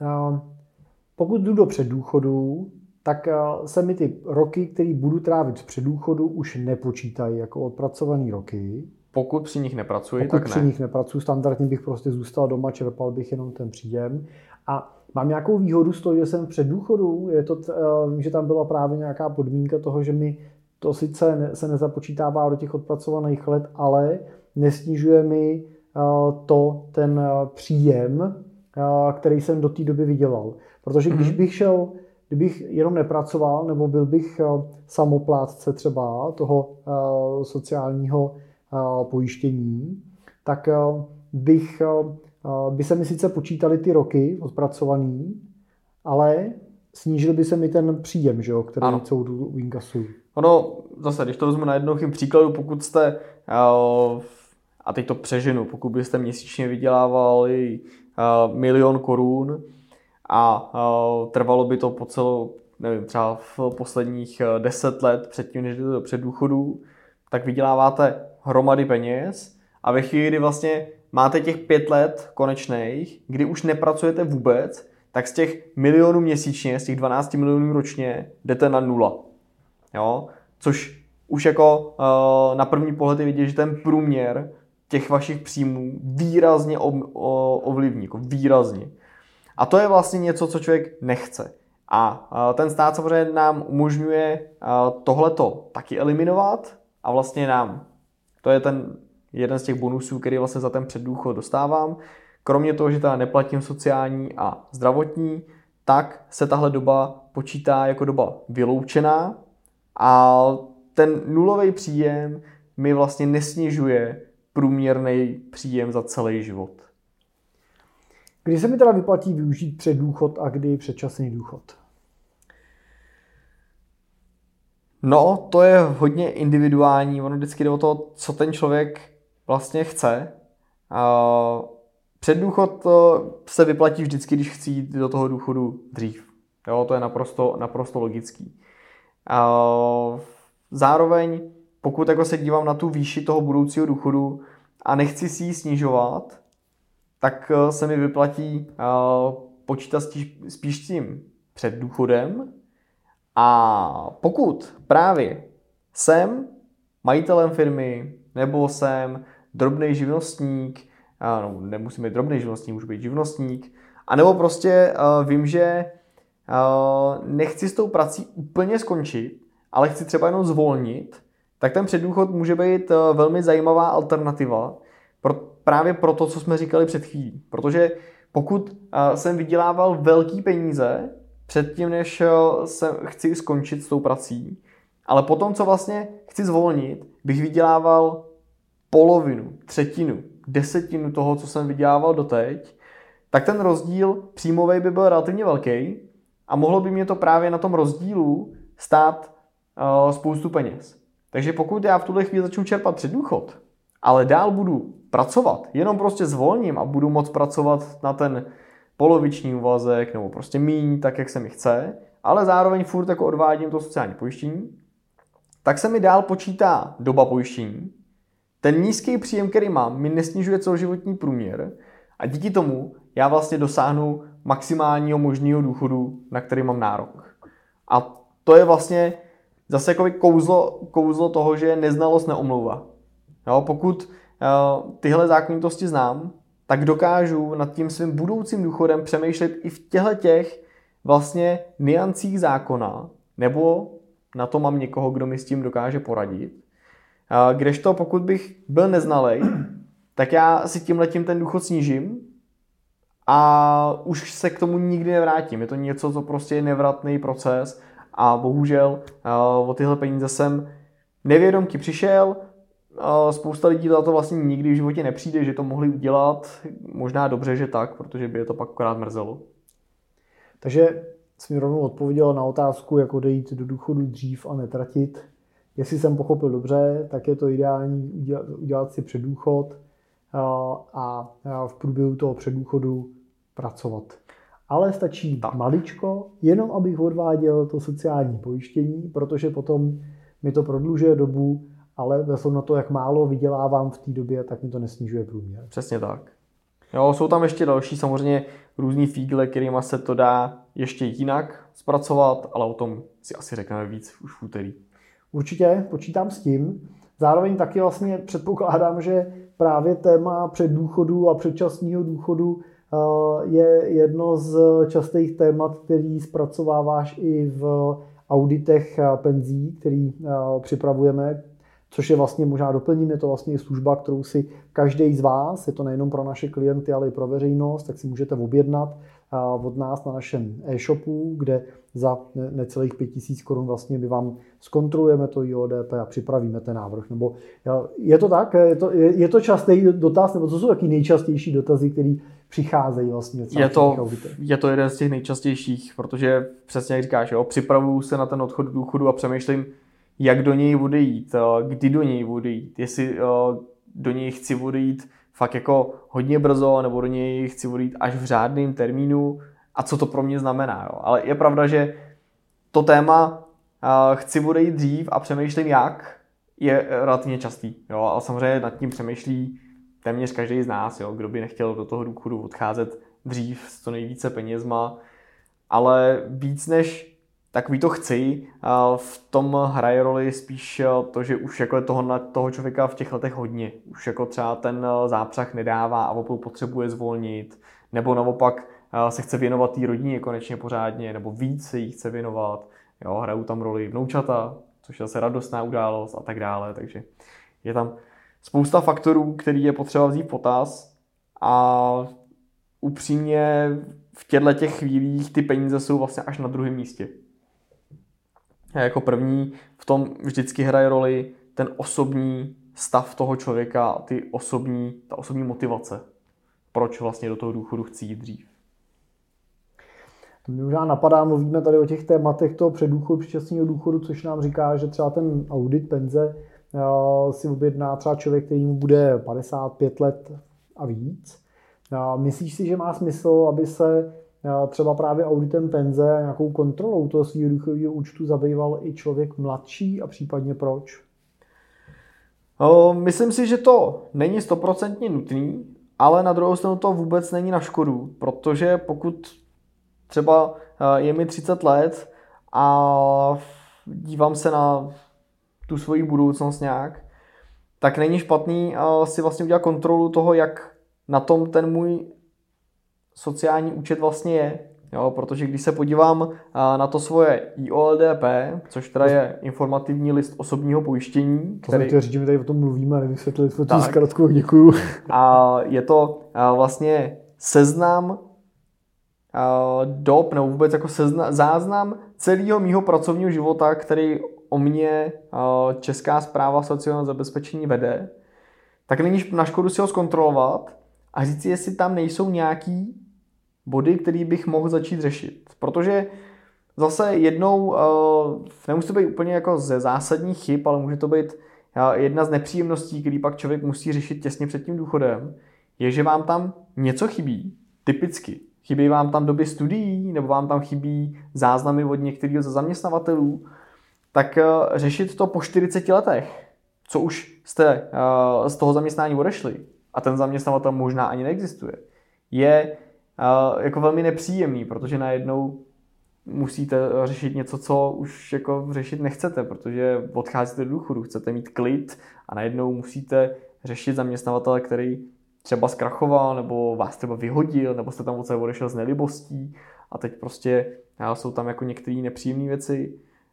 [SPEAKER 1] pokud jdu do předdůchodu, tak se mi ty roky, které budu trávit v předdůchodu, už nepočítají jako odpracované roky.
[SPEAKER 2] Pokud při nich nepracuji,
[SPEAKER 1] tak ne. Pokud při nich nepracuji, standardně bych prostě zůstal doma, čerpal bych jenom ten příjem. A mám nějakou výhodu z toho, že jsem v předdůchodu? Je to, že tam byla právě nějaká podmínka toho, že mi to sice se nezapočítává do těch odpracovaných let, ale nesnižuje mi ten příjem, který jsem do té doby vydělal. Protože kdybych jenom nepracoval, nebo byl bych samoplátce třeba toho sociálního pojištění, tak by se mi sice počítaly ty roky odpracovaný, ale snížil by se mi ten příjem, že jo, který celou tu inkasuju.
[SPEAKER 2] Ono, zase, když to vezmu na jednoduchým příkladu, pokud jste, a teď to přeženu, pokud byste měsíčně vydělávali 1 000 000 korun a trvalo by to po celou, nevím, třeba v posledních 10 let předtím, než jdete do předdůchodu, tak vyděláváte hromady peněz a ve chvíli, kdy vlastně máte těch 5 let konečných, kdy už nepracujete vůbec, tak z těch milionů měsíčně, z těch 12 milionů ročně jdete na 0. Jo? Což už jako na první pohled je vidět, že ten průměr těch vašich příjmů výrazně ovlivní, jako výrazně. A to je vlastně něco, co člověk nechce. A ten stát samozřejmě nám umožňuje tohleto taky eliminovat a vlastně to je ten jeden z těch bonusů, který vlastně za ten předdůchod dostávám. Kromě toho, že teda neplatím sociální a zdravotní, tak se tahle doba počítá jako doba vyloučená a ten nulový příjem mi vlastně nesnižuje průměrný příjem za celý život.
[SPEAKER 1] Kdy se mi teda vyplatí využít předdůchod a kdy předčasný důchod?
[SPEAKER 2] No, to je hodně individuální, ono vždycky jde o to, co ten člověk vlastně chce. Předdůchod se vyplatí vždycky, když chci jít do toho důchodu dřív. Jo, to je naprosto logický. Zároveň, pokud jako se dívám na tu výši toho budoucího důchodu a nechci si ji snižovat, tak se mi vyplatí počítat spíš s tím před důchodem. A pokud právě jsem majitelem firmy nebo jsem drobný živnostník, no, nemusím být drobný živnostník, můžu být živnostník, anebo prostě vím, že nechci s tou prací úplně skončit, ale chci třeba jenom zvolnit, tak ten předdůchod může být velmi zajímavá alternativa právě pro to, co jsme říkali před chvílí. Protože pokud jsem vydělával velký peníze předtím, než chci skončit s tou prací, ale potom, co vlastně chci zvolnit, bych vydělával polovinu, třetinu, desetinu toho, co jsem vydělával doteď, tak ten rozdíl příjmový by byl relativně velký a mohlo by mě to právě na tom rozdílu stát spoustu peněz. Takže pokud já v tuhle chvíli začnu čerpat předdůchod, ale dál budu pracovat, jenom prostě zvolním a budu moct pracovat na ten poloviční úvazek nebo prostě míň, tak jak se mi chce, ale zároveň furt jako odvádím to sociální pojištění, tak se mi dál počítá doba pojištění. Ten nízký příjem, který mám, mi nesnižuje celoživotní průměr a díky tomu já vlastně dosáhnu maximálního možného důchodu, na který mám nárok. A to je vlastně zase jako kouzlo toho, že neznalost neomlouvá. Jo, pokud tyhle zákonitosti znám, tak dokážu nad tím svým budoucím důchodem přemýšlet i v těch vlastně niancích zákona, nebo na to mám někoho, kdo mi s tím dokáže poradit. Kdežto pokud bych byl neznalej, tak já si tímhletím ten důchod snížím a už se k tomu nikdy nevrátím. Je to něco, co prostě je nevratný proces a bohužel o tyhle peníze jsem nevědomky přišel. Spousta lidí za to vlastně nikdy v životě nepřijde, že to mohli udělat. Možná dobře, že tak, protože by je to pak akorát mrzelo.
[SPEAKER 1] Takže jsi mi rovnou odpověděl na otázku, jak odejít do důchodu dřív a netratit. Jestli jsem pochopil dobře, tak je to ideální udělat si předdůchod a v průběhu toho předdůchodu pracovat. Ale stačí maličko, jenom abych odváděl to sociální pojištění, protože potom mi to prodlužuje dobu, ale vzhledem na to, jak málo vydělávám v té době, tak mi to nesnižuje průměr.
[SPEAKER 2] Přesně tak. Jo, jsou tam ještě další samozřejmě různý fígle, kterýma se to dá ještě jinak zpracovat, ale o tom si asi řekneme víc už v úterý.
[SPEAKER 1] Určitě, počítám s tím. Zároveň taky vlastně předpokládám, že právě téma předdůchodu a předčasného důchodu je jedno z častých témat, který zpracováváš i v auditech penzí, který připravujeme, což je vlastně, možná doplním, je to vlastně služba, kterou si každý z vás, je to nejenom pro naše klienty, ale i pro veřejnost, tak si můžete objednat od nás na našem e-shopu, kde za necelých 5 000 korun vlastně my vám zkontrolujeme to IODP a připravíme ten návrh. Nebo je to tak? Je to častý dotaz? Nebo co jsou taky nejčastější dotazy, které přicházejí vlastně v těch auditech?
[SPEAKER 2] Je to jeden z těch nejčastějších, protože přesně jak říkáš, jo, připravuju se na ten odchod do důchodu a přemýšlím, jak do něj odejít, kdy do něj odejít, jestli do něj chci odejít fakt jako hodně brzo, nebo do něj chci odejít až v řádném termínu a co to pro mě znamená. Jo. Ale je pravda, že to téma chci odejít dřív a přemýšlím jak, je relativně častý. Jo. A samozřejmě nad tím přemýšlí téměř každý z nás, jo, kdo by nechtěl do toho důchodu odcházet dřív s co nejvíce penězma, ale víc než takový to chci, v tom hraje roli spíš to, že už jako je toho člověka v těch letech hodně. Už jako třeba ten zápřah nedává a opravdu potřebuje zvolnit, nebo naopak se chce věnovat té rodině konečně pořádně, nebo víc se jí chce věnovat. Jo, hrajou tam roli vnoučata, což je zase radostná událost a tak dále, takže je tam spousta faktorů, který je potřeba vzít v potaz a upřímně v těchto chvílích ty peníze jsou vlastně až na druhém místě. A jako první v tom vždycky hraje roli ten osobní stav toho člověka a ta osobní motivace. Proč vlastně do toho důchodu chci jít dřív.
[SPEAKER 1] To mě možná napadá, mluvíme tady o těch tématech toho předdůchodu, předčasného důchodu, což nám říká, že třeba ten audit penze si objedná třeba člověk, který mu bude 55 let a víc. Myslíš si, že má smysl, aby se třeba právě auditem penze a nějakou kontrolou toho svého důchodového účtu zabýval i člověk mladší a případně proč?
[SPEAKER 2] Myslím si, že to není 100% nutný, ale na druhou stranu to vůbec není na škodu, protože pokud třeba je mi 30 let a dívám se na tu svoji budoucnost nějak, tak není špatný si vlastně udělat kontrolu toho, jak na tom ten můj sociální účet vlastně je. Jo, protože když se podívám na to svoje IOLDP, což teda je informativní list osobního pojištění,
[SPEAKER 1] který... Říct, že my tady o tom mluvíme a nevysvětlili jsme tu zkratku, děkuju.
[SPEAKER 2] A je to vlastně seznam dob, nebo vůbec jako záznam celého mýho pracovního života, který o mě Česká správa sociálního zabezpečení vede, tak není na škodu si ho zkontrolovat a říct si, jestli tam nejsou nějaký body, který bych mohl začít řešit. Protože zase jednou, nemusí to být úplně jako ze zásadních chyb, ale může to být jedna z nepříjemností, který pak člověk musí řešit těsně před tím důchodem, je, že vám tam něco chybí, typicky. Chybí vám tam doby studií, nebo vám tam chybí záznamy od některých ze zaměstnavatelů, tak řešit to po 40 letech, co už jste z toho zaměstnání odešli a ten zaměstnavatel možná ani neexistuje, je jako velmi nepříjemný, protože najednou musíte řešit něco, co už jako řešit nechcete, protože odcházíte do důchodu, chcete mít klid a najednou musíte řešit zaměstnavatele, který třeba zkrachoval, nebo vás třeba vyhodil, nebo jste tam od sebe odešel z nelibostí a teď prostě jsou tam jako některé nepříjemné věci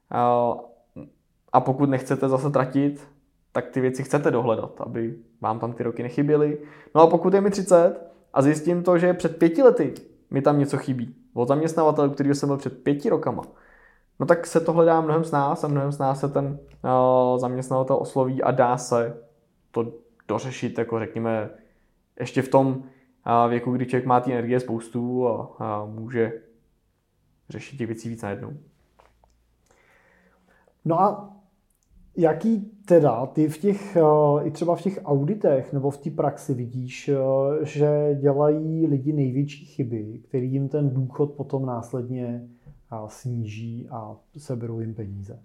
[SPEAKER 2] a pokud nechcete zase tratit, tak ty věci chcete dohledat, aby vám tam ty roky nechyběly. No a pokud je mi 30 a zjistím to, že před 5 lety mi tam něco chybí od zaměstnavatele, který jsem byl před 5 rokama, no tak se to hledá mnohem s nás a mnohem s nás se ten zaměstnavatel osloví a dá se to dořešit, jako řekněme, ještě v tom věku, kdy člověk má ty energie spoustu a může řešit těch věcí víc najednou.
[SPEAKER 1] No a jaký teda ty v těch, i třeba v těch auditech nebo v té praxi vidíš, že dělají lidi největší chyby, který jim ten důchod potom následně sníží a seberou jim peníze?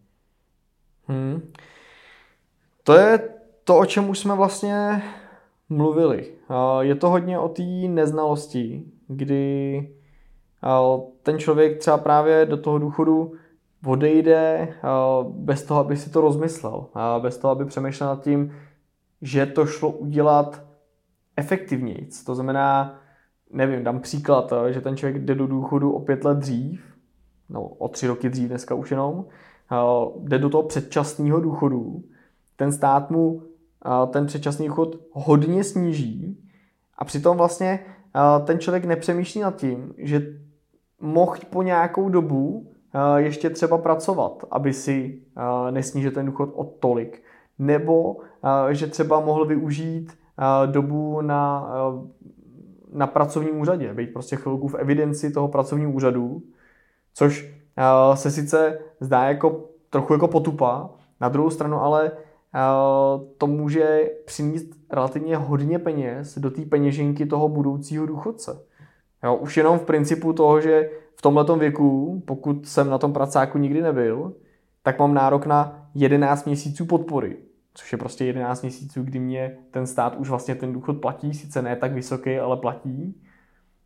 [SPEAKER 2] To je to, o čem už jsme vlastně mluvili. Je to hodně o té neznalosti, kdy ten člověk třeba právě do toho důchodu odejde bez toho, aby si to rozmyslel, bez toho, aby přemýšlel nad tím, že to šlo udělat efektivněji. To znamená, nevím, dám příklad, že ten člověk jde do důchodu o 5 let dřív, no o 3 roky dřív dneska už jenom, jde do toho předčasného důchodu, ten stát mu ten předčasný důchod hodně sníží a přitom vlastně ten člověk nepřemýšlí nad tím, že mohl po nějakou dobu ještě třeba pracovat, aby si nesnížil ten důchod o tolik. Nebo že třeba mohl využít dobu na pracovním úřadě, být prostě chvilku v evidenci toho pracovního úřadu, což se sice zdá jako trochu jako potupa, na druhou stranu ale to může přinést relativně hodně peněz do té peněženky toho budoucího důchodce. Jo, už jenom v principu toho, že v tomhletom věku, pokud jsem na tom pracáku nikdy nebyl, tak mám nárok na 11 měsíců podpory, což je prostě 11 měsíců, kdy mě ten stát už vlastně ten důchod platí, sice ne tak vysoký, ale platí.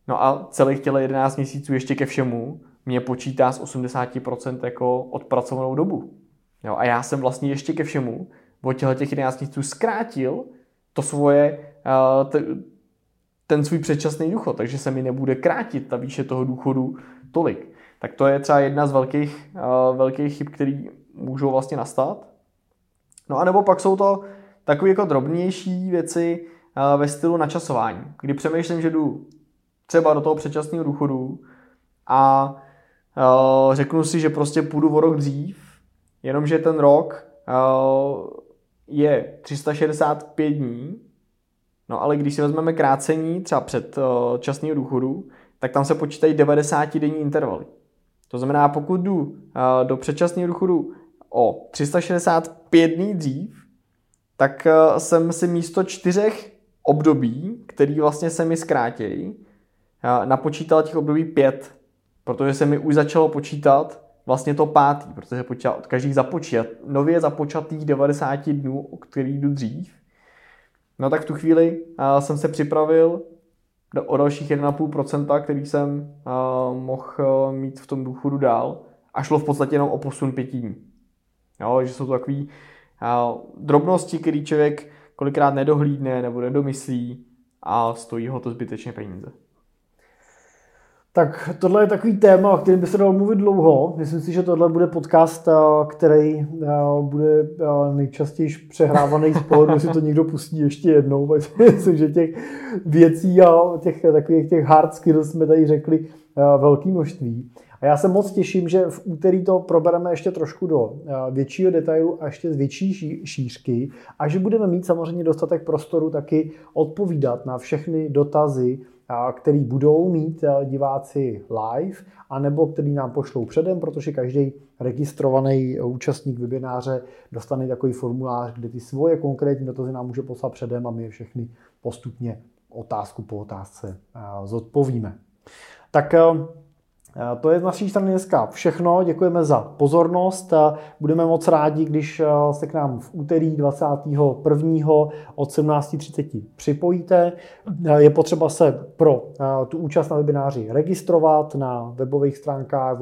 [SPEAKER 2] No a celých těch 11 měsíců ještě ke všemu mě počítá z 80% jako odpracovanou dobu. Jo, a já jsem vlastně ještě ke všemu od těch 11 měsíců zkrátil to svoje, ten svůj předčasný důchod, takže se mi nebude krátit ta výše toho důchodu tolik. Tak to je třeba jedna z velkých chyb, které můžou vlastně nastat. No a nebo pak jsou to takové jako drobnější věci ve stylu načasování, kdy přemýšlím, že jdu třeba do toho předčasného důchodu a řeknu si, že prostě půjdu o rok dřív, jenomže ten rok je 365 dní, no ale když si vezmeme krácení třeba předčasného důchodu, tak tam se počítají 90-denní intervaly. To znamená, pokud jdu do předčasného důchodu o 365 dní dřív, tak jsem si místo 4 období, který vlastně se mi zkrátějí, napočítal těch období 5, protože se mi už začalo počítat vlastně to 5, protože se počítá od každých nově započatých 90 dnů, o který jdu dřív. No tak v tu chvíli jsem se připravil o dalších 1,5%, který jsem mohl mít v tom důchodu dál a šlo v podstatě jenom o posun 5 dní. Jo, že jsou to takové drobnosti, které člověk kolikrát nedohlídne nebo nedomyslí a stojí ho to zbytečně peníze.
[SPEAKER 1] Tak tohle je takový téma, o kterém by se dalo mluvit dlouho. Myslím si, že tohle bude podcast, který bude nejčastěji přehrávaný z pohledu, jestli to někdo pustí ještě jednou. Myslím, že těch věcí a těch hard skills jsme tady řekli velké množství. A já se moc těším, že v úterý to probereme ještě trošku do většího detailu a ještě z větší šířky a že budeme mít samozřejmě dostatek prostoru taky odpovídat na všechny dotazy, který budou mít diváci live, anebo který nám pošlou předem, protože každý registrovaný účastník webináře dostane takový formulář, kde ty svoje konkrétní dotazy nám může poslat předem a my je všechny postupně otázku po otázce zodpovíme. Tak to je z naší strany dneska všechno. Děkujeme za pozornost. Budeme moc rádi, když se k nám v úterý 21. od 17:30 připojíte. Je potřeba se pro tu účast na webináři registrovat na webových stránkách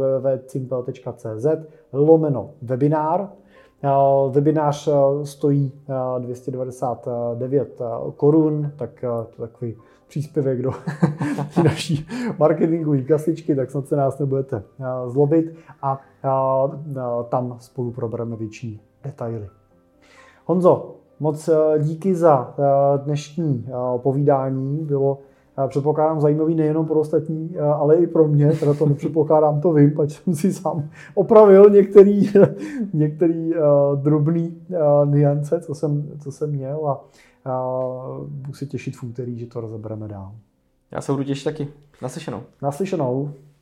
[SPEAKER 1] www.cimpel.cz/webinar. Webinář stojí 299 korun, tak to takový příspěvek do naší marketingové kasičky, tak snad se nás nebudete zlobit a tam spolu probereme větší detaily. Honzo, moc díky za dnešní povídání. Bylo, předpokládám, zajímavý nejenom pro ostatní, ale i pro mě. Teda to nepředpokládám, to vím, pač jsem si sám opravil některý drobný nuance, co jsem měl a budu se těšit v úterý, že to rozebereme dál.
[SPEAKER 2] Já se budu těšit taky. Naslyšenou.
[SPEAKER 1] Naslyšenou.